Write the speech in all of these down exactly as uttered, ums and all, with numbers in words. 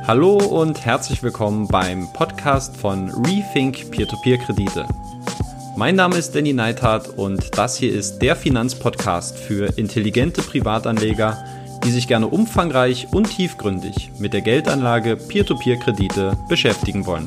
Hallo und herzlich willkommen beim Podcast von Rethink Peer-to-Peer-Kredite. Mein Name ist Danny Neithardt und das hier ist der Finanzpodcast für intelligente Privatanleger, die sich gerne umfangreich und tiefgründig mit der Geldanlage Peer-to-Peer-Kredite beschäftigen wollen.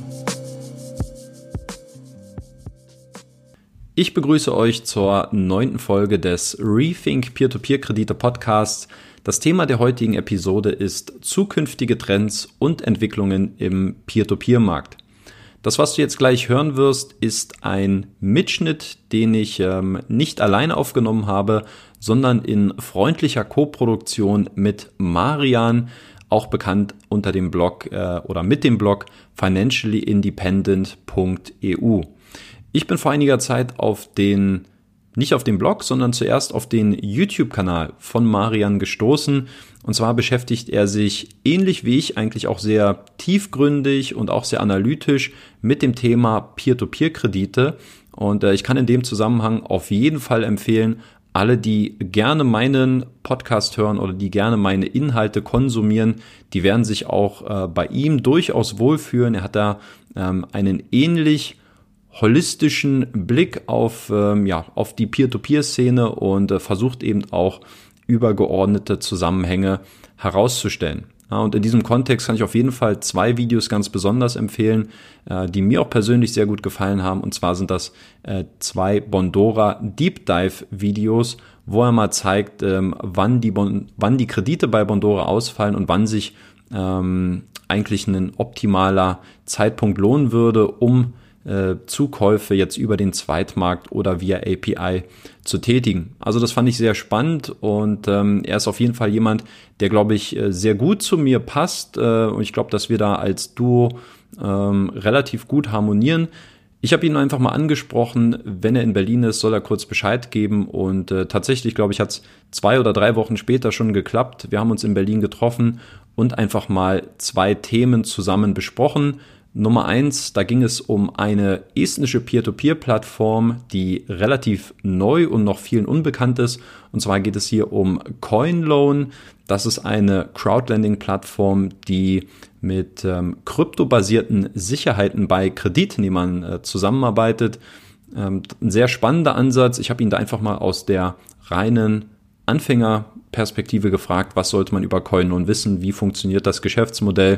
Ich begrüße euch zur neunten Folge des Rethink Peer-to-Peer-Kredite Podcasts. Das Thema der heutigen Episode ist zukünftige Trends und Entwicklungen im Peer-to-Peer-Markt. Das, was du jetzt gleich hören wirst, ist ein Mitschnitt, den ich ähm, nicht alleine aufgenommen habe, sondern in freundlicher Koproduktion mit Marian, auch bekannt unter dem Blog äh, oder mit dem Blog financially independent punkt e u. Ich bin vor einiger Zeit auf den nicht auf den Blog, sondern zuerst auf den YouTube-Kanal von Marian gestoßen. Und zwar beschäftigt er sich ähnlich wie ich eigentlich auch sehr tiefgründig und auch sehr analytisch mit dem Thema Peer-to-Peer-Kredite. Und äh, ich kann in dem Zusammenhang auf jeden Fall empfehlen, alle, die gerne meinen Podcast hören oder die gerne meine Inhalte konsumieren, die werden sich auch äh, bei ihm durchaus wohlfühlen. Er hat da ähm, einen ähnlich holistischen Blick auf, ähm, ja, auf die Peer-to-Peer-Szene und äh, versucht eben auch übergeordnete Zusammenhänge herauszustellen. Ja, und in diesem Kontext kann ich auf jeden Fall zwei Videos ganz besonders empfehlen, äh, die mir auch persönlich sehr gut gefallen haben. Und zwar sind das äh, zwei Bondora Deep Dive Videos, wo er mal zeigt, ähm, wann die bon- wann die Kredite bei Bondora ausfallen und wann sich ähm, eigentlich ein optimaler Zeitpunkt lohnen würde, um Zukäufe jetzt über den Zweitmarkt oder via A P I zu tätigen. Also das fand ich sehr spannend und ähm, er ist auf jeden Fall jemand, der, glaube ich, sehr gut zu mir passt äh, und ich glaube, dass wir da als Duo ähm, relativ gut harmonieren. Ich habe ihn einfach mal angesprochen, wenn er in Berlin ist, soll er kurz Bescheid geben und äh, tatsächlich, glaube ich, hat es zwei oder drei Wochen später schon geklappt. Wir haben uns in Berlin getroffen und einfach mal zwei Themen zusammen besprochen. Nummer eins, da ging es um eine estnische Peer-to-Peer-Plattform, die relativ neu und noch vielen unbekannt ist. Und zwar geht es hier um CoinLoan. Das ist eine Crowdlending-Plattform, die mit ähm, kryptobasierten Sicherheiten bei Kreditnehmern äh, zusammenarbeitet. Ähm, ein sehr spannender Ansatz. Ich habe ihn da einfach mal aus der reinen Anfängerperspektive gefragt, was sollte man über CoinLoan wissen, wie funktioniert das Geschäftsmodell.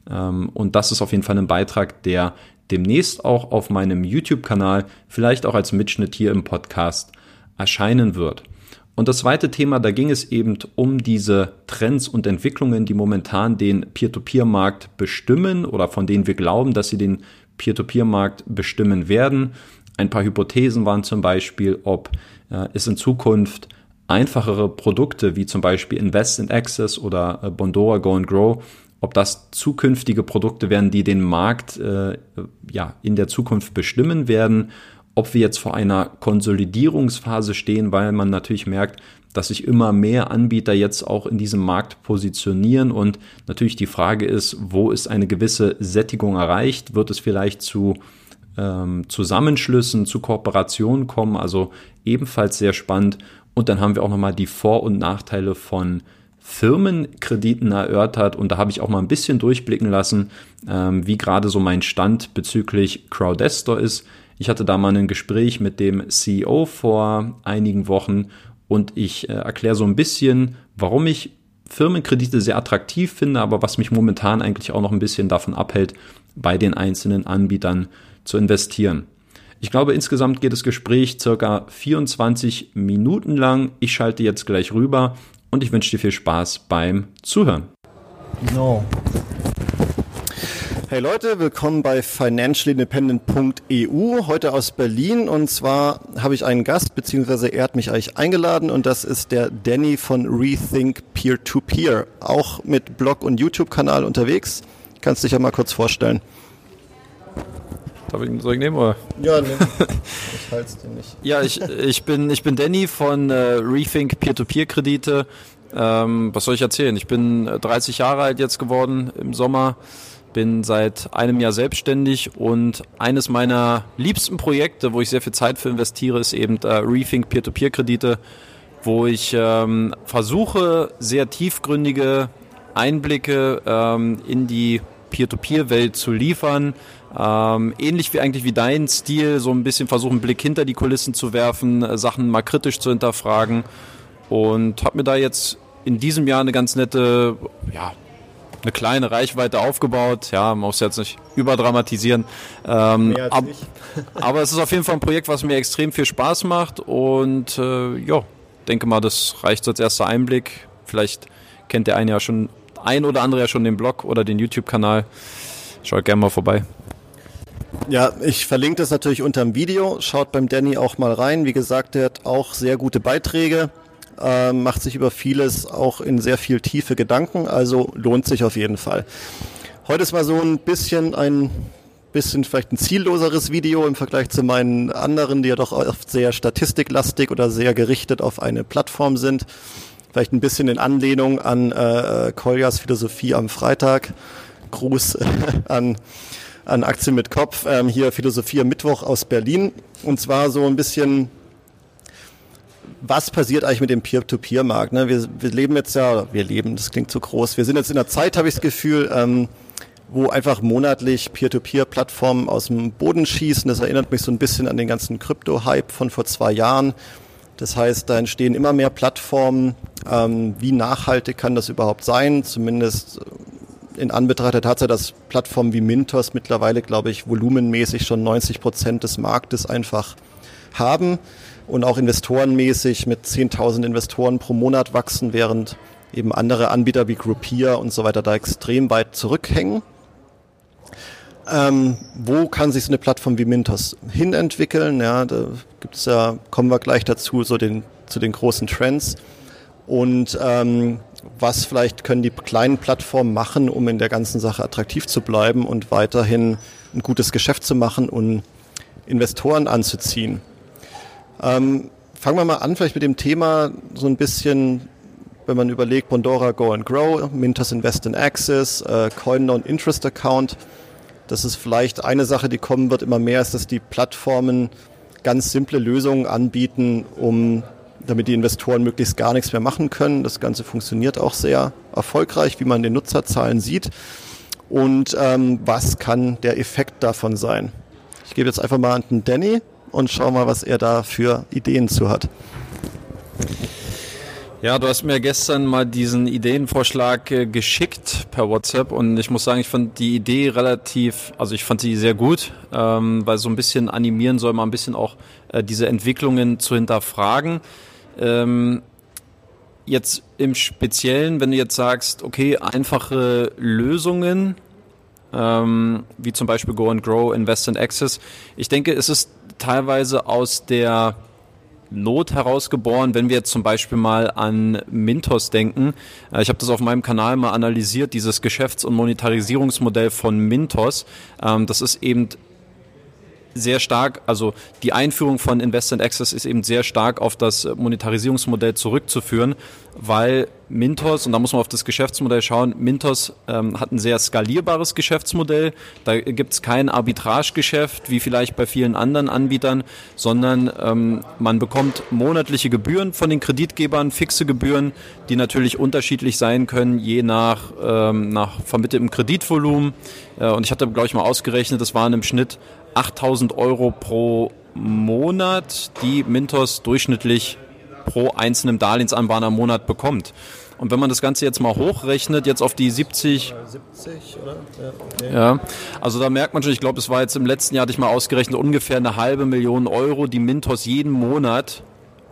Und das ist auf jeden Fall ein Beitrag, der demnächst auch auf meinem YouTube-Kanal, vielleicht auch als Mitschnitt hier im Podcast, erscheinen wird. Und das zweite Thema, da ging es eben um diese Trends und Entwicklungen, die momentan den Peer-to-Peer-Markt bestimmen oder von denen wir glauben, dass sie den Peer-to-Peer-Markt bestimmen werden. Ein paar Hypothesen waren zum Beispiel, ob äh, es in Zukunft einfachere Produkte wie zum Beispiel Invest in Access oder äh, Bondora Go and Grow, ob das zukünftige Produkte werden, die den Markt äh, ja in der Zukunft bestimmen werden, ob wir jetzt vor einer Konsolidierungsphase stehen, weil man natürlich merkt, dass sich immer mehr Anbieter jetzt auch in diesem Markt positionieren und natürlich die Frage ist, wo ist eine gewisse Sättigung erreicht? Wird es vielleicht zu ähm, Zusammenschlüssen, zu Kooperationen kommen? Also ebenfalls sehr spannend. Und dann haben wir auch nochmal die Vor- und Nachteile von Firmenkrediten erörtert und da habe ich auch mal ein bisschen durchblicken lassen, ähm, wie gerade so mein Stand bezüglich Crowdestor ist. Ich hatte da mal ein Gespräch mit dem C E O vor einigen Wochen und ich äh, erkläre so ein bisschen, warum ich Firmenkredite sehr attraktiv finde, aber was mich momentan eigentlich auch noch ein bisschen davon abhält, bei den einzelnen Anbietern zu investieren. Ich glaube, insgesamt geht das Gespräch circa vierundzwanzig Minuten lang. Ich schalte jetzt gleich rüber. Und ich wünsche dir viel Spaß beim Zuhören. No. Hey Leute, willkommen bei financially independent punkt e u, heute aus Berlin. Und zwar habe ich einen Gast, beziehungsweise er hat mich eigentlich eingeladen. Und das ist der Danny von Rethink Peer-to-Peer, auch mit Blog und YouTube-Kanal unterwegs. Kannst dich ja mal kurz vorstellen. Darf ich, soll ich nehmen, oder? Ja, ne. Ich halte es dir nicht. Ja, ich, ich, bin, ich bin Danny von äh, Rethink Peer-to-Peer-Kredite. Ähm, was soll ich erzählen? Ich bin dreißig Jahre alt jetzt geworden im Sommer, bin seit einem Jahr selbstständig und eines meiner liebsten Projekte, wo ich sehr viel Zeit für investiere, ist eben äh, Rethink Peer-to-Peer-Kredite, wo ich ähm, versuche, sehr tiefgründige Einblicke ähm, in die Peer-to-Peer-Welt zu liefern. Ähm, ähnlich wie eigentlich wie dein Stil, so ein bisschen versuchen, einen Blick hinter die Kulissen zu werfen, äh, Sachen mal kritisch zu hinterfragen und habe mir da jetzt in diesem Jahr eine ganz nette, ja, eine kleine Reichweite aufgebaut. Ja, man muss jetzt nicht überdramatisieren. Ähm, ab, aber es ist auf jeden Fall ein Projekt, was mir extrem viel Spaß macht und äh, ja, denke mal, das reicht so als erster Einblick. Vielleicht kennt der eine ja schon, ein oder andere ja schon den Blog oder den YouTube-Kanal. Schaut gerne mal vorbei. Ja, ich verlinke das natürlich unter dem Video. Schaut beim Danny auch mal rein. Wie gesagt, der hat auch sehr gute Beiträge, äh, macht sich über vieles auch in sehr viel Tiefe Gedanken, also lohnt sich auf jeden Fall. Heute ist mal so ein bisschen ein bisschen vielleicht ein zielloseres Video im Vergleich zu meinen anderen, die ja doch oft sehr statistiklastig oder sehr gerichtet auf eine Plattform sind. Vielleicht ein bisschen in Anlehnung an äh, Koljas Philosophie am Freitag. Gruß an an Aktien mit Kopf, ähm, hier Philosophie am Mittwoch aus Berlin. Und zwar so ein bisschen, was passiert eigentlich mit dem Peer-to-Peer-Markt? Ne? Wir, wir leben jetzt ja, wir leben, das klingt zu groß, wir sind jetzt in einer Zeit, habe ich das Gefühl, ähm, wo einfach monatlich Peer-to-Peer-Plattformen aus dem Boden schießen. Das erinnert mich so ein bisschen an den ganzen Krypto-Hype von vor zwei Jahren. Das heißt, da entstehen immer mehr Plattformen. Ähm, wie nachhaltig kann das überhaupt sein? Zumindest in Anbetracht der Tatsache, dass Plattformen wie Mintos mittlerweile, glaube ich, volumenmäßig schon neunzig Prozent des Marktes einfach haben und auch investorenmäßig mit zehntausend Investoren pro Monat wachsen, während eben andere Anbieter wie Groupier und so weiter da extrem weit zurückhängen. Ähm, wo kann sich so eine Plattform wie Mintos hinentwickeln? Ja, da gibt's ja, kommen wir gleich dazu, so den, zu den großen Trends. Und ähm, was vielleicht können die kleinen Plattformen machen, um in der ganzen Sache attraktiv zu bleiben und weiterhin ein gutes Geschäft zu machen und Investoren anzuziehen. Ähm, fangen wir mal an, vielleicht mit dem Thema so ein bisschen, wenn man überlegt, Bondora Go and Grow, Mintos Invest in Access, äh, Coin Non Interest Account. Das ist vielleicht eine Sache, die kommen wird immer mehr, ist, dass die Plattformen ganz simple Lösungen anbieten, um damit die Investoren möglichst gar nichts mehr machen können. Das Ganze funktioniert auch sehr erfolgreich, wie man in den Nutzerzahlen sieht. Und ähm, was kann der Effekt davon sein? Ich gebe jetzt einfach mal an den Danny und schau mal, was er da für Ideen zu hat. Ja, du hast mir gestern mal diesen Ideenvorschlag äh, geschickt per WhatsApp und ich muss sagen, ich fand die Idee relativ, also ich fand sie sehr gut, ähm, weil so ein bisschen animieren soll, mal ein bisschen auch äh, diese Entwicklungen zu hinterfragen. Ähm, jetzt im Speziellen, wenn du jetzt sagst, okay, einfache Lösungen, ähm, wie zum Beispiel Go and Grow, Invest in Access, ich denke, es ist teilweise aus der Not herausgeboren, wenn wir jetzt zum Beispiel mal an Mintos denken. Ich habe das auf meinem Kanal mal analysiert, dieses Geschäfts- und Monetarisierungsmodell von Mintos. Das ist eben sehr stark, also die Einführung von Invest in Access ist eben sehr stark auf das Monetarisierungsmodell zurückzuführen, weil Mintos, und da muss man auf das Geschäftsmodell schauen, Mintos ähm, hat ein sehr skalierbares Geschäftsmodell, da gibt es kein Arbitragegeschäft, wie vielleicht bei vielen anderen Anbietern, sondern ähm, man bekommt monatliche Gebühren von den Kreditgebern, fixe Gebühren, die natürlich unterschiedlich sein können, je nach, ähm, nach vermitteltem Kreditvolumen. Äh, und ich hatte, glaube ich, mal ausgerechnet, das waren im Schnitt achttausend Euro pro Monat, die Mintos durchschnittlich pro einzelnen Darlehensanbahner im Monat bekommt. Und wenn man das Ganze jetzt mal hochrechnet, jetzt auf die siebzig, siebzig oder? Ja, okay. Ja, also da merkt man schon, ich glaube, es war jetzt im letzten Jahr, hatte ich mal ausgerechnet, ungefähr eine halbe Million Euro, die Mintos jeden Monat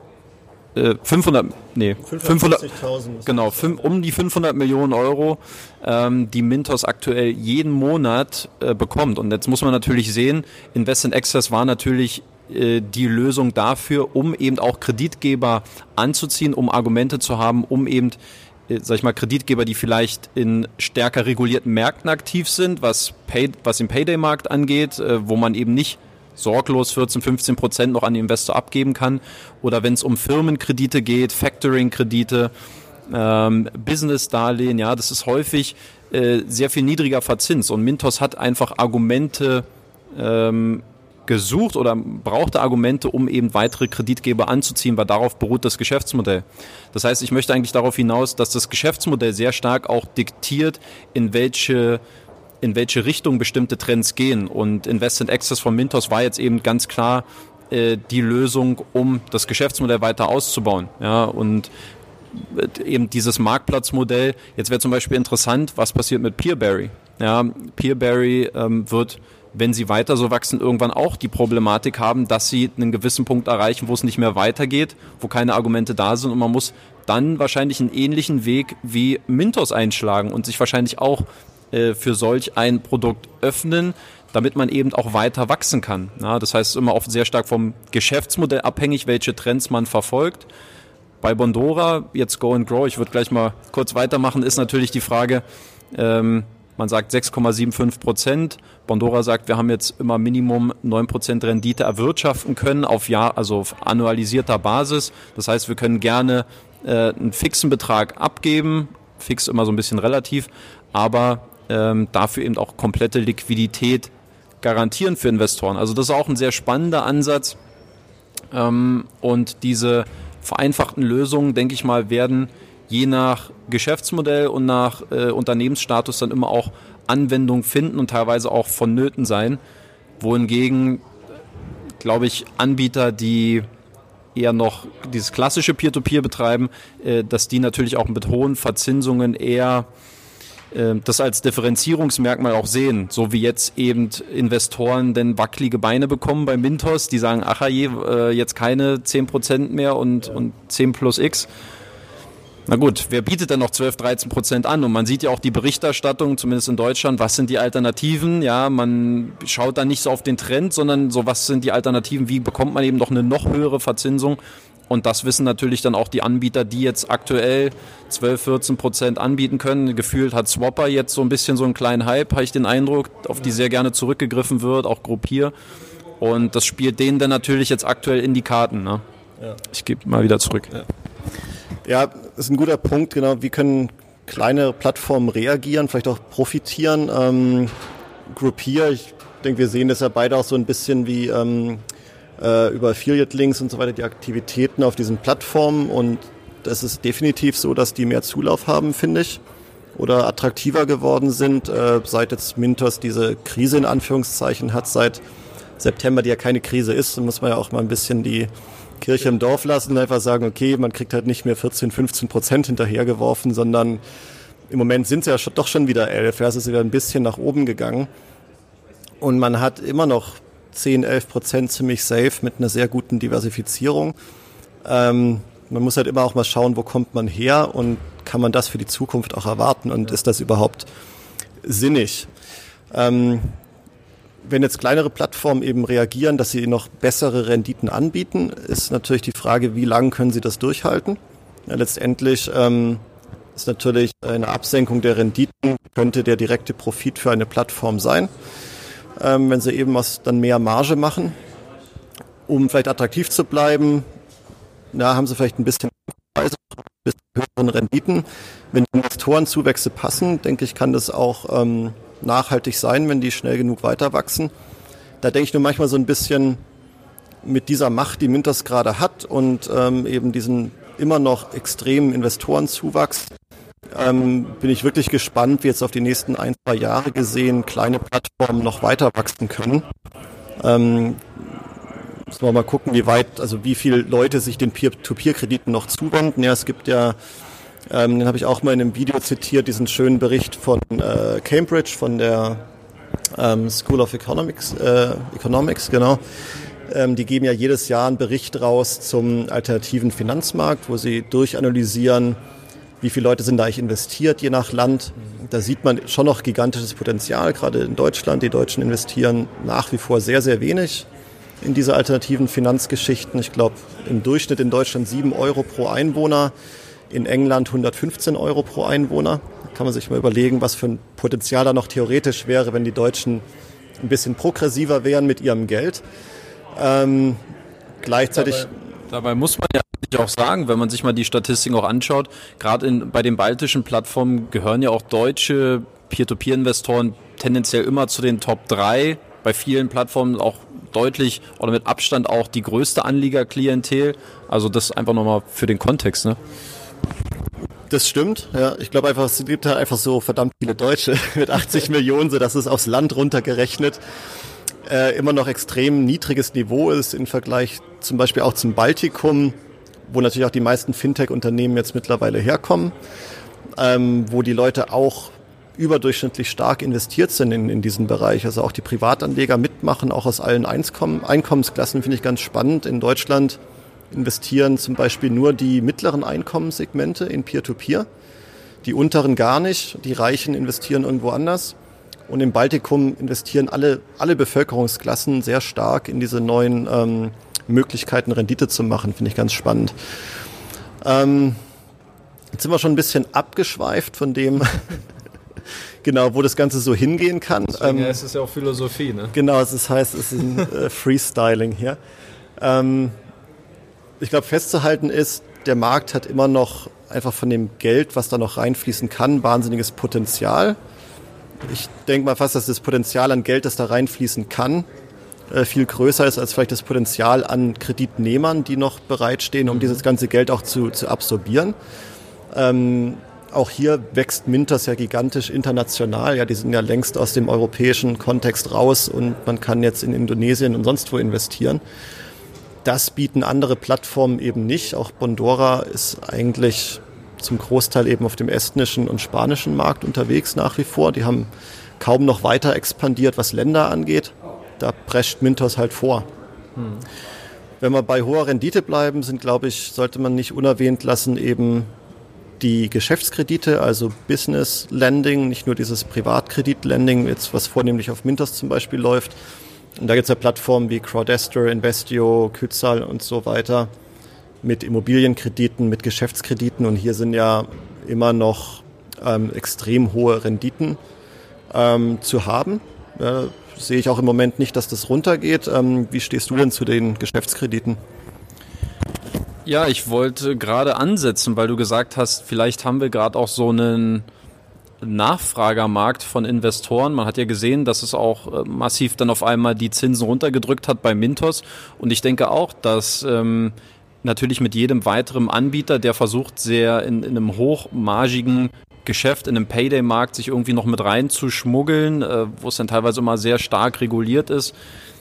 äh, fünfhundert, nee, fünfhundert, genau, fünf, um die fünfhundert Millionen Euro, ähm, die Mintos aktuell jeden Monat äh, bekommt. Und jetzt muss man natürlich sehen, Invest in Access war natürlich äh, die Lösung dafür, um eben auch Kreditgeber anzuziehen, um Argumente zu haben, um eben äh, sag ich mal, Kreditgeber, die vielleicht in stärker regulierten Märkten aktiv sind, was, Pay, was den Payday-Markt angeht, äh, wo man eben nicht sorglos vierzehn, fünfzehn Prozent noch an den Investor abgeben kann. Oder wenn es um Firmenkredite geht, Factoring-Kredite, ähm, Business-Darlehen, ja, das ist häufig äh, sehr viel niedriger verzinst. Und Mintos hat einfach Argumente ähm, gesucht oder brauchte Argumente, um eben weitere Kreditgeber anzuziehen, weil darauf beruht das Geschäftsmodell. Das heißt, ich möchte eigentlich darauf hinaus, dass das Geschäftsmodell sehr stark auch diktiert, in welche in welche Richtung bestimmte Trends gehen. Und Invest and Access von Mintos war jetzt eben ganz klar äh, die Lösung, um das Geschäftsmodell weiter auszubauen. Ja, und eben dieses Marktplatzmodell. Jetzt wäre zum Beispiel interessant, was passiert mit Peerberry. Ja, Peerberry ähm, wird, wenn sie weiter so wachsen, irgendwann auch die Problematik haben, dass sie einen gewissen Punkt erreichen, wo es nicht mehr weitergeht, wo keine Argumente da sind und man muss dann wahrscheinlich einen ähnlichen Weg wie Mintos einschlagen und sich wahrscheinlich auch äh, für solch ein Produkt öffnen, damit man eben auch weiter wachsen kann. Ja, das heißt, immer oft sehr stark vom Geschäftsmodell abhängig, welche Trends man verfolgt. Bei Bondora, jetzt Go and Grow, ich würde gleich mal kurz weitermachen, ist natürlich die Frage, ähm, man sagt sechs Komma fünfundsiebzig Prozent. Bondora sagt, wir haben jetzt immer Minimum neun Prozent Rendite erwirtschaften können auf Jahr, also auf annualisierter Basis. Das heißt, wir können gerne äh, einen fixen Betrag abgeben, fix immer so ein bisschen relativ, aber ähm, dafür eben auch komplette Liquidität garantieren für Investoren. Also das ist auch ein sehr spannender Ansatz. Ähm, und diese vereinfachten Lösungen, denke ich mal, werden je nach Geschäftsmodell und nach äh, Unternehmensstatus dann immer auch Anwendung finden und teilweise auch vonnöten sein. Wohingegen, glaube ich, Anbieter, die eher noch dieses klassische Peer-to-Peer betreiben, äh, dass die natürlich auch mit hohen Verzinsungen eher äh, das als Differenzierungsmerkmal auch sehen. So wie jetzt eben Investoren denn wackelige Beine bekommen bei Mintos, die sagen, ach je, äh, jetzt keine zehn Prozent mehr und, ja. und zehn plus X. Na gut, wer bietet denn noch zwölf, dreizehn Prozent an? Und man sieht ja auch die Berichterstattung, zumindest in Deutschland, was sind die Alternativen? Ja, man schaut da nicht so auf den Trend, sondern so, was sind die Alternativen? Wie bekommt man eben noch eine noch höhere Verzinsung? Und das wissen natürlich dann auch die Anbieter, die jetzt aktuell zwölf, vierzehn Prozent anbieten können. Gefühlt hat Swapper jetzt so ein bisschen so einen kleinen Hype, habe ich den Eindruck, auf die sehr gerne zurückgegriffen wird, auch Gruppier. Und das spielt denen dann natürlich jetzt aktuell in die Karten. Ne? Ja. Ich gebe mal wieder zurück. Ja. Ja, das ist ein guter Punkt, genau. Wie können kleine Plattformen reagieren, vielleicht auch profitieren? Ähm, Gruppier, ich denke, wir sehen das ja beide auch so ein bisschen wie ähm, äh, über Affiliate-Links und so weiter, die Aktivitäten auf diesen Plattformen. Und das ist definitiv so, dass die mehr Zulauf haben, finde ich, oder attraktiver geworden sind, äh, seit jetzt Mintos diese Krise in Anführungszeichen hat, seit September, die ja keine Krise ist. Da muss man ja auch mal ein bisschen die Kirche im Dorf lassen und einfach sagen, okay, man kriegt halt nicht mehr vierzehn, fünfzehn Prozent hinterhergeworfen, sondern im Moment sind es ja doch schon wieder elf, ja, es ist wieder ein bisschen nach oben gegangen und man hat immer noch zehn, elf Prozent ziemlich safe mit einer sehr guten Diversifizierung. Ähm, man muss halt immer auch mal schauen, wo kommt man her und kann man das für die Zukunft auch erwarten und ist das überhaupt sinnig? Ähm, Wenn jetzt kleinere Plattformen eben reagieren, dass sie noch bessere Renditen anbieten, ist natürlich die Frage, wie lange können sie das durchhalten? Ja, letztendlich ähm, ist natürlich eine Absenkung der Renditen, könnte der direkte Profit für eine Plattform sein, ähm, wenn sie eben was dann mehr Marge machen. Um vielleicht attraktiv zu bleiben, ja, haben sie vielleicht ein bisschen Preise, ein bisschen höheren Renditen. Wenn die Investorenzuwächse passen, denke ich, kann das auch ähm, nachhaltig sein, wenn die schnell genug weiter wachsen. Da denke ich nur manchmal so ein bisschen mit dieser Macht, die Mintos gerade hat und ähm, eben diesen immer noch extremen Investorenzuwachs, ähm, bin ich wirklich gespannt, wie jetzt auf die nächsten ein, zwei Jahre gesehen kleine Plattformen noch weiter wachsen können. Ähm, müssen wir mal gucken, wie weit, also wie viele Leute sich den Peer-to-Peer-Krediten noch zuwenden. Ja, es gibt ja Ähm, den habe ich auch mal in einem Video zitiert, diesen schönen Bericht von äh, Cambridge, von der ähm, School of Economics, äh, Economics, genau. Ähm, die geben ja jedes Jahr einen Bericht raus zum alternativen Finanzmarkt, wo sie durchanalysieren, wie viele Leute sind da eigentlich investiert, je nach Land. Da sieht man schon noch gigantisches Potenzial, gerade in Deutschland. Die Deutschen investieren nach wie vor sehr, sehr wenig in diese alternativen Finanzgeschichten. Ich glaube, im Durchschnitt in Deutschland sieben Euro pro Einwohner. In England hundertfünfzehn Euro pro Einwohner. Da kann man sich mal überlegen, was für ein Potenzial da noch theoretisch wäre, wenn die Deutschen ein bisschen progressiver wären mit ihrem Geld. Ähm, gleichzeitig... Dabei, dabei muss man ja auch sagen, wenn man sich mal die Statistiken auch anschaut, gerade in, bei den baltischen Plattformen gehören ja auch deutsche Peer-to-Peer-Investoren tendenziell immer zu den Top drei bei vielen Plattformen auch deutlich oder mit Abstand auch die größte Anliegerklientel. Also das einfach nochmal für den Kontext, ne? Das stimmt, ja. Ich glaube einfach, es gibt halt einfach so verdammt viele Deutsche mit achtzig Millionen, so dass es aufs Land runtergerechnet äh, immer noch extrem niedriges Niveau ist im Vergleich zum Beispiel auch zum Baltikum, wo natürlich auch die meisten Fintech-Unternehmen jetzt mittlerweile herkommen, ähm, wo die Leute auch überdurchschnittlich stark investiert sind in, in diesen Bereich. Also auch die Privatanleger mitmachen, auch aus allen Einkommen, Einkommensklassen, finde ich ganz spannend. In Deutschland investieren zum Beispiel nur die mittleren Einkommenssegmente in Peer-to-Peer, die unteren gar nicht, die Reichen investieren irgendwo anders. Und im Baltikum investieren alle, alle Bevölkerungsklassen sehr stark in diese neuen ähm, Möglichkeiten, Rendite zu machen, finde ich ganz spannend. Ähm, jetzt sind wir schon ein bisschen abgeschweift von dem, genau, wo das Ganze so hingehen kann. Deswegen ähm, ist es ja auch Philosophie, ne? Genau, es ist, heißt, es ist ein äh, Freestyling hier. Ähm, Ich glaube, festzuhalten ist, der Markt hat immer noch einfach von dem Geld, was da noch reinfließen kann, wahnsinniges Potenzial. Ich denke mal fast, dass das Potenzial an Geld, das da reinfließen kann, äh, viel größer ist als vielleicht das Potenzial an Kreditnehmern, die noch bereitstehen, um mhm. dieses ganze Geld auch zu, zu absorbieren. Ähm, auch hier wächst Mintos ja gigantisch international. Ja, die sind ja längst aus dem europäischen Kontext raus und man kann jetzt in Indonesien und sonst wo investieren. Das bieten andere Plattformen eben nicht. Auch Bondora ist eigentlich zum Großteil eben auf dem estnischen und spanischen Markt unterwegs nach wie vor. Die haben kaum noch weiter expandiert, was Länder angeht. Da prescht Mintos halt vor. Hm. Wenn wir bei hoher Rendite bleiben, sind, glaube ich, sollte man nicht unerwähnt lassen, eben die Geschäftskredite, also Business Lending, nicht nur dieses Privatkredit-Lending, jetzt was vornehmlich auf Mintos zum Beispiel läuft. Und da gibt es ja Plattformen wie Crowdestor, Investio, Kytzal und so weiter mit Immobilienkrediten, mit Geschäftskrediten. Und hier sind ja immer noch ähm, extrem hohe Renditen ähm, zu haben. Ja, sehe ich auch im Moment nicht, dass das runtergeht. Ähm, wie stehst du denn zu den Geschäftskrediten? Ja, ich wollte gerade ansetzen, weil du gesagt hast, vielleicht haben wir gerade auch so einen Nachfragermarkt von Investoren. Man hat ja gesehen, dass es auch massiv dann auf einmal die Zinsen runtergedrückt hat bei Mintos. Und ich denke auch, dass ähm, natürlich mit jedem weiteren Anbieter, der versucht, sehr in, in einem hochmargigen Geschäft, in einem Payday-Markt sich irgendwie noch mit reinzuschmuggeln, äh, wo es dann teilweise immer sehr stark reguliert ist.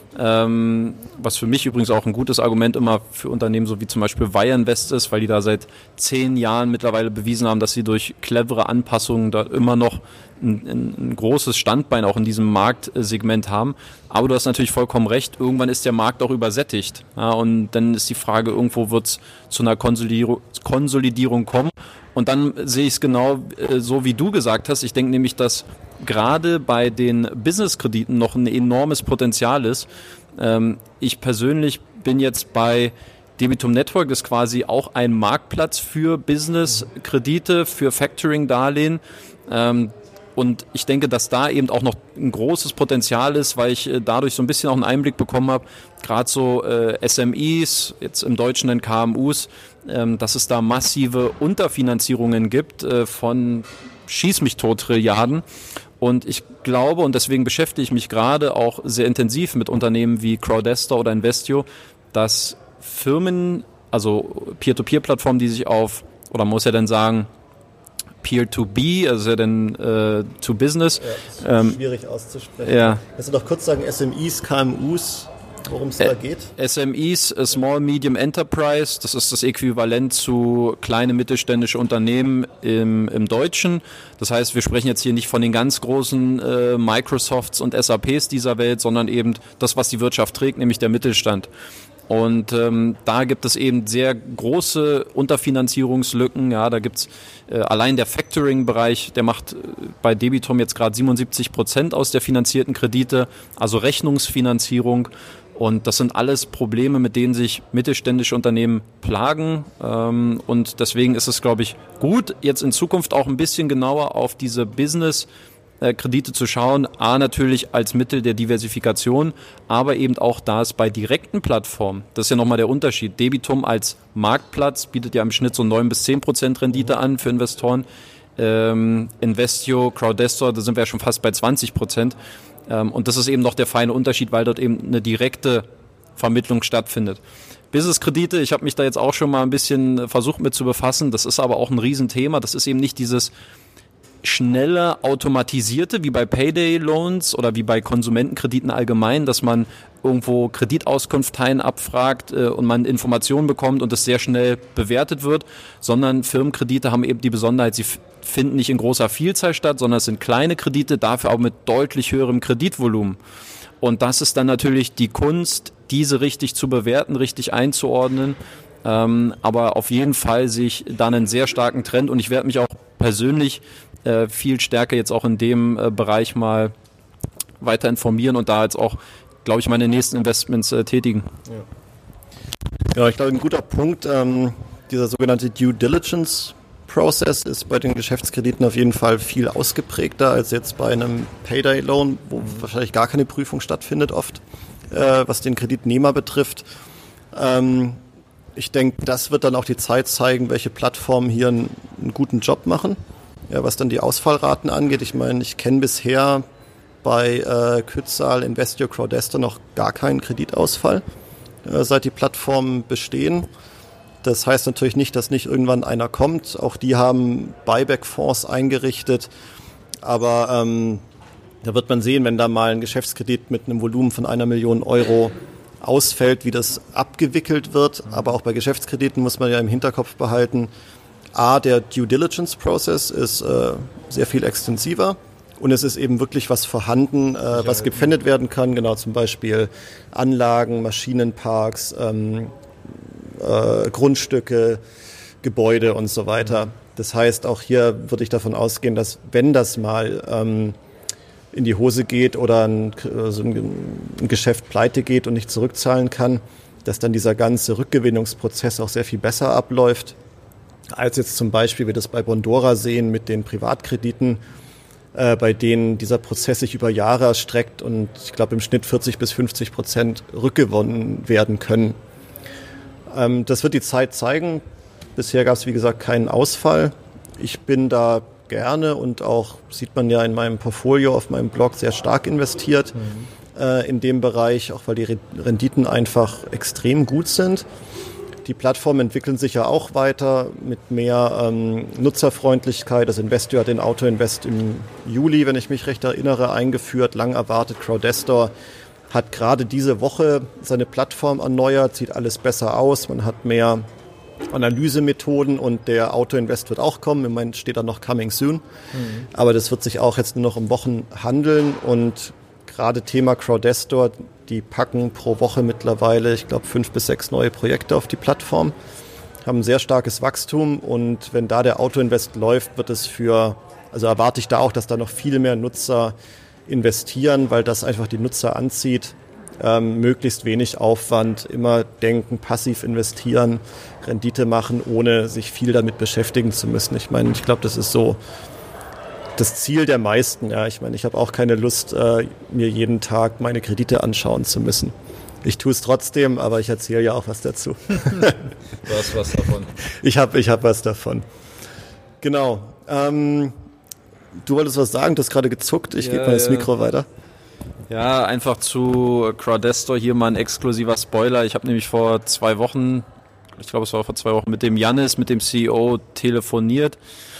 Ähm, was für mich übrigens auch ein gutes Argument immer für Unternehmen so wie zum Beispiel Wire Invest ist, weil die da seit zehn Jahren mittlerweile bewiesen haben, dass sie durch clevere Anpassungen da immer noch ein, ein, ein großes Standbein auch in diesem Marktsegment haben. Aber du hast natürlich vollkommen recht, irgendwann ist der Markt auch übersättigt. Ja, und dann ist die Frage, irgendwo wird es zu einer Konsolidierung, Konsolidierung kommen. Und dann sehe ich es genau äh, so, wie du gesagt hast. Ich denke nämlich, dass gerade bei den Business-Krediten noch ein enormes Potenzial ist. Ähm, ich persönlich bin jetzt bei Debitum Network, das ist quasi auch ein Marktplatz für Business-Kredite, für Factoring-Darlehen. Ähm, und ich denke, dass da eben auch noch ein großes Potenzial ist, weil ich äh, dadurch so ein bisschen auch einen Einblick bekommen habe, gerade so äh, S M Is, jetzt im Deutschen dann K M Us, ähm, dass es da massive Unterfinanzierungen gibt äh, von schieß mich tot Trilliarden. Und ich glaube, und deswegen beschäftige ich mich gerade auch sehr intensiv mit Unternehmen wie Crowdestor oder Investio, dass Firmen, also Peer-to-Peer-Plattformen, die sich auf, oder man muss ja dann sagen, Peer-to-B, also ja dann äh, to Business. Ja, ähm, schwierig auszusprechen. Ja. Kannst du doch kurz sagen, S M Is, K M Us, worum es da geht? S M Is, Small Medium Enterprise, das ist das Äquivalent zu kleine mittelständische Unternehmen im, im Deutschen. Das heißt, wir sprechen jetzt hier nicht von den ganz großen äh, Microsofts und S A Ps dieser Welt, sondern eben das, was die Wirtschaft trägt, nämlich der Mittelstand. Und ähm, da gibt es eben sehr große Unterfinanzierungslücken. Ja, da gibt's äh, allein der Factoring-Bereich, der macht äh, bei Debitum jetzt gerade siebenundsiebzig Prozent aus der finanzierten Kredite, also Rechnungsfinanzierung. Und das sind alles Probleme, mit denen sich mittelständische Unternehmen plagen. Ähm, und deswegen ist es, glaube ich, gut, jetzt in Zukunft auch ein bisschen genauer auf diese Business- Kredite zu schauen, A, natürlich als Mittel der Diversifikation, aber eben auch da es bei direkten Plattformen, das ist ja nochmal der Unterschied, Debitum als Marktplatz bietet ja im Schnitt so neun bis zehn Prozent Rendite an für Investoren, ähm, Investio, Crowdestor, da sind wir ja schon fast bei zwanzig Prozent. Ähm, und das ist eben noch der feine Unterschied, weil dort eben eine direkte Vermittlung stattfindet. Business-Kredite, ich habe mich da jetzt auch schon mal ein bisschen versucht mit zu befassen, das ist aber auch ein Riesenthema, das ist eben nicht dieses schnelle, automatisierte, wie bei Payday-Loans oder wie bei Konsumentenkrediten allgemein, dass man irgendwo Kreditauskunfteien abfragt äh, und man Informationen bekommt und das sehr schnell bewertet wird, sondern Firmenkredite haben eben die Besonderheit, sie f- finden nicht in großer Vielzahl statt, sondern es sind kleine Kredite, dafür auch mit deutlich höherem Kreditvolumen. Und das ist dann natürlich die Kunst, diese richtig zu bewerten, richtig einzuordnen. Ähm, aber auf jeden Fall sehe ich da einen sehr starken Trend und ich werde mich auch persönlich äh, viel stärker jetzt auch in dem äh, Bereich mal weiter informieren und da jetzt auch, glaube ich, meine nächsten Investments äh, tätigen. Ja. Ja, ich glaube, ein guter Punkt, ähm, dieser sogenannte Due Diligence Process ist bei den Geschäftskrediten auf jeden Fall viel ausgeprägter als jetzt bei einem Payday Loan, wo wahrscheinlich gar keine Prüfung stattfindet oft, äh, was den Kreditnehmer betrifft. Ähm, ich denke, das wird dann auch die Zeit zeigen, welche Plattformen hier einen, einen guten Job machen, ja, was dann die Ausfallraten angeht. Ich meine, ich kenne bisher bei äh, Kützal, Investio, Crowdestor noch gar keinen Kreditausfall, äh, seit die Plattformen bestehen. Das heißt natürlich nicht, dass nicht irgendwann einer kommt. Auch die haben Buyback-Fonds eingerichtet. Aber ähm, da wird man sehen, wenn da mal ein Geschäftskredit mit einem Volumen von einer Million Euro ausfällt, wie das abgewickelt wird. Aber auch bei Geschäftskrediten muss man ja im Hinterkopf behalten, A, der Due Diligence Process ist äh, sehr viel extensiver. Und es ist eben wirklich was vorhanden, äh, was gepfändet werden kann. Genau, zum Beispiel Anlagen, Maschinenparks, ähm, Äh, Grundstücke, Gebäude und so weiter. Das heißt, auch hier würde ich davon ausgehen, dass wenn das mal ähm, in die Hose geht oder ein, also ein, ein Geschäft pleite geht und nicht zurückzahlen kann, dass dann dieser ganze Rückgewinnungsprozess auch sehr viel besser abläuft, als jetzt zum Beispiel wir das bei Bondora sehen mit den Privatkrediten, äh, bei denen dieser Prozess sich über Jahre erstreckt und ich glaube im Schnitt vierzig bis fünfzig Prozent rückgewonnen werden können. Das wird die Zeit zeigen. Bisher gab es, wie gesagt, keinen Ausfall. Ich bin da gerne und auch, sieht man ja in meinem Portfolio auf meinem Blog, sehr stark investiert mhm. äh, in dem Bereich, auch weil die Renditen einfach extrem gut sind. Die Plattformen entwickeln sich ja auch weiter mit mehr ähm, Nutzerfreundlichkeit. Das Investio hat den Auto-Invest im Juli, wenn ich mich recht erinnere, eingeführt, lang erwartet. Crowdestor hat gerade diese Woche seine Plattform erneuert, sieht alles besser aus, man hat mehr Analysemethoden und der Auto-Invest wird auch kommen. Im Moment steht da noch Coming Soon, mhm. aber das wird sich auch jetzt nur noch um Wochen handeln und gerade Thema Crowdestor, die packen pro Woche mittlerweile, ich glaube, fünf bis sechs neue Projekte auf die Plattform, haben ein sehr starkes Wachstum und wenn da der Auto-Invest läuft, wird es für, also erwarte ich da auch, dass da noch viel mehr Nutzer investieren, weil das einfach die Nutzer anzieht. Ähm, möglichst wenig Aufwand, immer denken, passiv investieren, Rendite machen, ohne sich viel damit beschäftigen zu müssen. Ich meine, ich glaube, das ist so das Ziel der meisten. Ja, ich meine, ich habe auch keine Lust, äh, mir jeden Tag meine Kredite anschauen zu müssen. Ich tue es trotzdem, aber ich erzähle ja auch was dazu. Du hast was davon. Ich habe ich hab was davon. Genau. Ähm, Du wolltest was sagen, du hast gerade gezuckt, ich ja, gebe mal das Mikro ja. weiter. Ja, einfach zu Crowdestor hier mal ein exklusiver Spoiler. Ich habe nämlich vor zwei Wochen, ich glaube es war vor zwei Wochen, mit dem Jannis, mit dem C E O telefoniert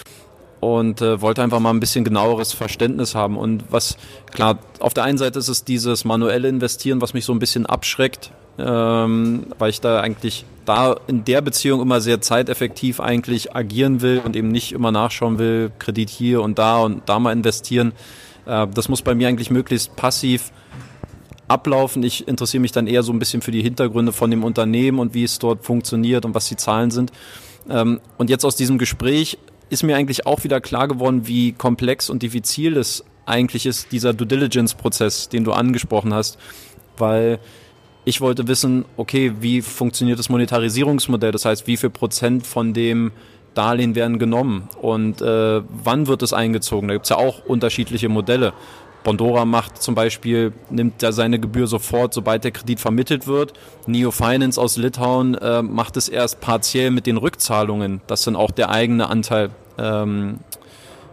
und äh, wollte einfach mal ein bisschen genaueres Verständnis haben. Und was, klar, auf der einen Seite ist es dieses manuelle Investieren, was mich so ein bisschen abschreckt, ähm, weil ich da eigentlich da in der Beziehung immer sehr zeiteffektiv eigentlich agieren will und eben nicht immer nachschauen will, Kredit hier und da und da mal investieren. Äh, das muss bei mir eigentlich möglichst passiv ablaufen. Ich interessiere mich dann eher so ein bisschen für die Hintergründe von dem Unternehmen und wie es dort funktioniert und was die Zahlen sind. Ähm, und jetzt aus diesem Gespräch ist mir eigentlich auch wieder klar geworden, wie komplex und diffizil es eigentlich ist, dieser Due Diligence-Prozess, den du angesprochen hast, weil ich wollte wissen, okay, wie funktioniert das Monetarisierungsmodell? Das heißt, wie viel Prozent von dem Darlehen werden genommen und äh, wann wird es eingezogen? Da gibt es ja auch unterschiedliche Modelle. Bondora macht zum Beispiel, nimmt ja seine Gebühr sofort, sobald der Kredit vermittelt wird. Neo Finance aus Litauen äh, macht es erst partiell mit den Rückzahlungen, dass dann auch der eigene Anteil ähm,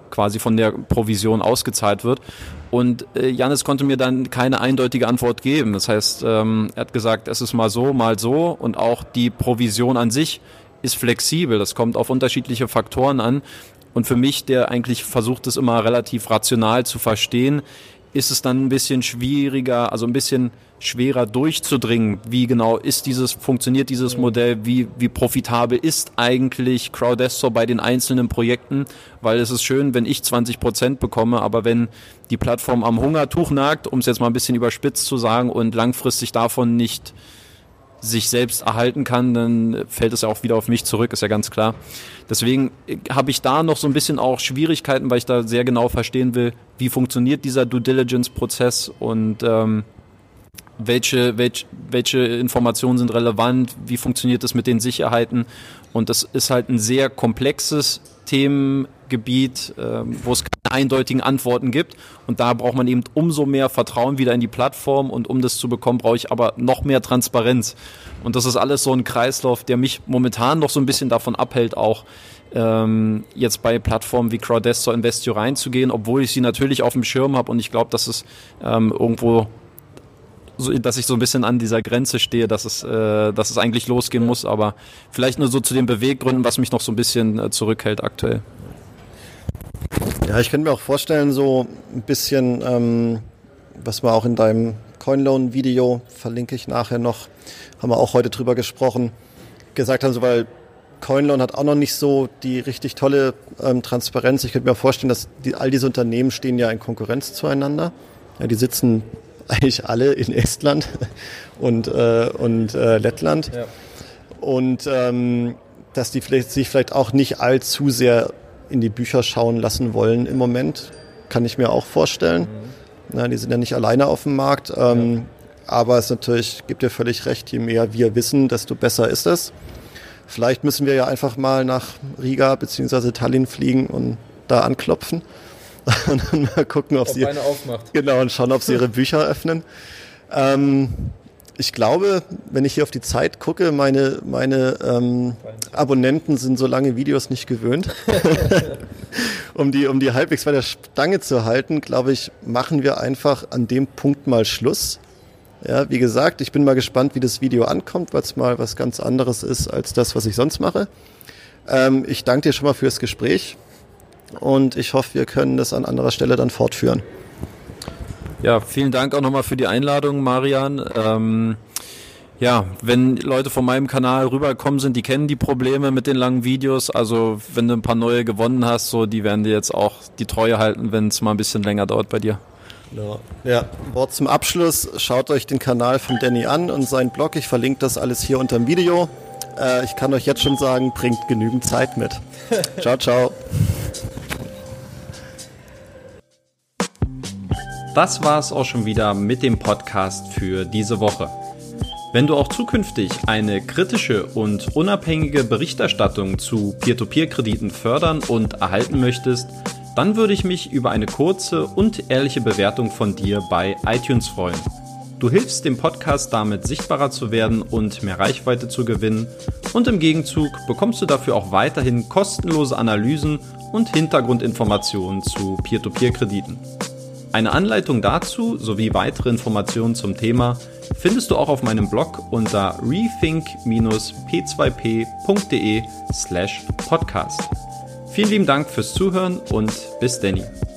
quasi von der Provision ausgezahlt wird. Und äh, Jannis konnte mir dann keine eindeutige Antwort geben. Das heißt, ähm, er hat gesagt, es ist mal so, mal so und auch die Provision an sich ist flexibel. Das kommt auf unterschiedliche Faktoren an. Und für mich, der eigentlich versucht, es immer relativ rational zu verstehen, ist es dann ein bisschen schwieriger, also ein bisschen schwerer durchzudringen. Wie genau ist dieses, funktioniert dieses Modell? Wie, wie profitabel ist eigentlich Crowdesto bei den einzelnen Projekten? Weil es ist schön, wenn ich zwanzig Prozent bekomme, aber wenn die Plattform am Hungertuch nagt, um es jetzt mal ein bisschen überspitzt zu sagen, und langfristig davon nicht sich selbst erhalten kann, dann fällt es ja auch wieder auf mich zurück, ist ja ganz klar. Deswegen habe ich da noch so ein bisschen auch Schwierigkeiten, weil ich da sehr genau verstehen will, wie funktioniert dieser Due-Diligence-Prozess und ähm, welche, welche, welche Informationen sind relevant, wie funktioniert das mit den Sicherheiten. Und das ist halt ein sehr komplexes Themengebiet, ähm, wo es keine eindeutigen Antworten gibt. Und da braucht man eben umso mehr Vertrauen wieder in die Plattform. Und um das zu bekommen, brauche ich aber noch mehr Transparenz. Und das ist alles so ein Kreislauf, der mich momentan noch so ein bisschen davon abhält, auch ähm, jetzt bei Plattformen wie Crowdesto, Investio reinzugehen, obwohl ich sie natürlich auf dem Schirm habe. Und ich glaube, dass es ähm, irgendwo so, dass ich so ein bisschen an dieser Grenze stehe, dass es, äh, dass es eigentlich losgehen muss, aber vielleicht nur so zu den Beweggründen, was mich noch so ein bisschen äh, zurückhält aktuell. Ja, ich könnte mir auch vorstellen, so ein bisschen, ähm, was wir auch in deinem Coinloan-Video, verlinke ich nachher noch, haben wir auch heute drüber gesprochen, gesagt haben, so, weil Coinloan hat auch noch nicht so die richtig tolle ähm, Transparenz. Ich könnte mir vorstellen, dass die, all diese Unternehmen stehen ja in Konkurrenz zueinander. Ja, die sitzen eigentlich alle in Estland und, äh, und äh, Lettland. Ja. Und ähm, dass die vielleicht, sich vielleicht auch nicht allzu sehr in die Bücher schauen lassen wollen im Moment, kann ich mir auch vorstellen. Mhm. Na, die sind ja nicht alleine auf dem Markt. Ähm, ja. Aber es natürlich, gibt dir völlig recht, je mehr wir wissen, desto besser ist es. Vielleicht müssen wir ja einfach mal nach Riga bzw. Tallinn fliegen und da anklopfen. Und dann mal gucken, ob, ob sie eine aufmacht. Genau, und schauen, ob sie ihre Bücher öffnen. Ähm, ich glaube, wenn ich hier auf die Zeit gucke, meine, meine ähm, Abonnenten sind so lange Videos nicht gewöhnt. um die, um die halbwegs bei der Stange zu halten, glaube ich, machen wir einfach an dem Punkt mal Schluss. Ja, wie gesagt, ich bin mal gespannt, wie das Video ankommt, weil es mal was ganz anderes ist als das, was ich sonst mache. Ähm, ich danke dir schon mal fürs Gespräch. Und ich hoffe, wir können das an anderer Stelle dann fortführen. Ja, vielen Dank auch nochmal für die Einladung, Marian. Ähm, ja, wenn Leute von meinem Kanal rübergekommen sind, die kennen die Probleme mit den langen Videos. Also wenn du ein paar neue gewonnen hast, so die werden dir jetzt auch die Treue halten, wenn es mal ein bisschen länger dauert bei dir. Ja. Ja, Wort zum Abschluss. Schaut euch den Kanal von Danny an und seinen Blog. Ich verlinke das alles hier unter dem Video. Äh, ich kann euch jetzt schon sagen, bringt genügend Zeit mit. Ciao, ciao. Das war's auch schon wieder mit dem Podcast für diese Woche. Wenn du auch zukünftig eine kritische und unabhängige Berichterstattung zu Peer-to-Peer-Krediten fördern und erhalten möchtest, dann würde ich mich über eine kurze und ehrliche Bewertung von dir bei iTunes freuen. Du hilfst dem Podcast damit sichtbarer zu werden und mehr Reichweite zu gewinnen und im Gegenzug bekommst du dafür auch weiterhin kostenlose Analysen und Hintergrundinformationen zu Peer-to-Peer-Krediten. Eine Anleitung dazu sowie weitere Informationen zum Thema findest du auch auf meinem Blog unter rethink p zwei p punkt de slash podcast. Vielen lieben Dank fürs Zuhören und bis Danny.